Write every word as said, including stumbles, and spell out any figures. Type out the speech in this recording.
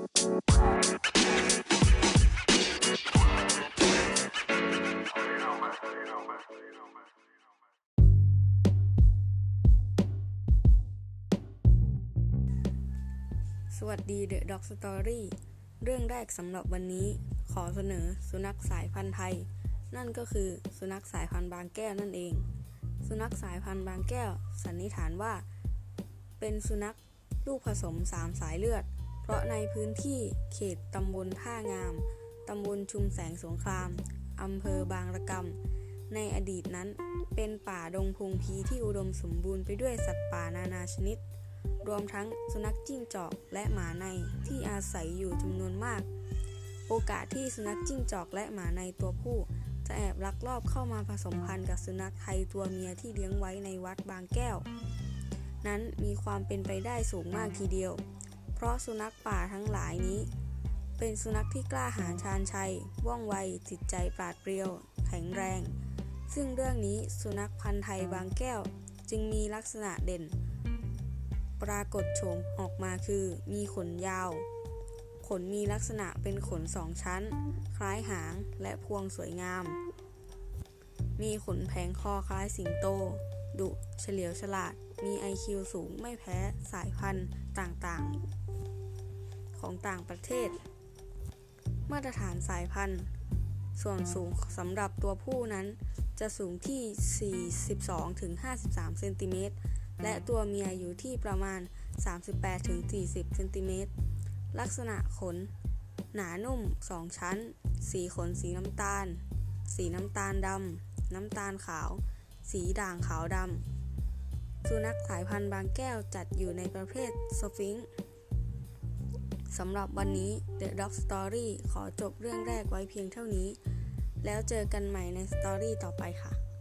สวัสดี The Dog Story เรื่องแรกสำหรับวันนี้ขอเสนอสุนัขสายพันธุ์ไทยนั่นก็คือสุนัขสายพันธุ์บางแก้วนั่นเองสุนัขสายพันธุ์บางแก้วสันนิษฐานว่าเป็นสุนัขลูกผสมสามสายเลือดเพราะในพื้นที่เขตตำบลท่างามตำบลชุมแสงสงครามอำเภอบางระกำในอดีตนั้นเป็นป่าดงพงพีที่อุดมสมบูรณ์ไปด้วยสัตว์ป่านานาชนิดรวมทั้งสุนัขจิ้งจอกและหมาในที่อาศัยอยู่จำนวนมากโอกาสที่สุนัขจิ้งจอกและหมาในตัวผู้จะแอบลักลอบเข้ามาผสมพันธุ์กับสุนัขไทยตัวเมียที่เลี้ยงไว้ในวัดบางแก้วนั้นมีความเป็นไปได้สูงมากทีเดียวเพราะสุนัขป่าทั้งหลายนี้เป็นสุนัขที่กล้าหาญชาญชัยว่องไวจิตใจปราดเปรียวแข็งแรงซึ่งเรื่องนี้สุนัขพันธุ์ไทยบางแก้วจึงมีลักษณะเด่นปรากฏโฉมออกมาคือมีขนยาวขนมีลักษณะเป็นขนสองชั้นคล้ายหางและพวงสวยงามมีขนแผงคอคล้ายสิงโตดุเฉลียวฉลาดมี ไอ คิว สูงไม่แพ้สายพันธุ์ต่างๆของต่างประเทศมาตรฐานสายพันธุ์ส่วนสูงสำหรับตัวผู้นั้นจะสูงที่ สี่สิบสองถึงห้าสิบสาม เซนติเมตรและตัวเมียอยู่ที่ประมาณ สามสิบแปดถึงสี่สิบ เซนติเมตรลักษณะขนหนานุ่มสองชั้นสีขนสีน้ำตาลสีน้ำตาลดำน้ำตาลขาวสีด่างขาวดำสุนัขสายพันธุ์บางแก้วจัดอยู่ในประเภทสฟิงค์สำหรับวันนี้ The Dog Story ขอจบเรื่องแรกไว้เพียงเท่านี้แล้วเจอกันใหม่ในสตอรี่ต่อไปค่ะ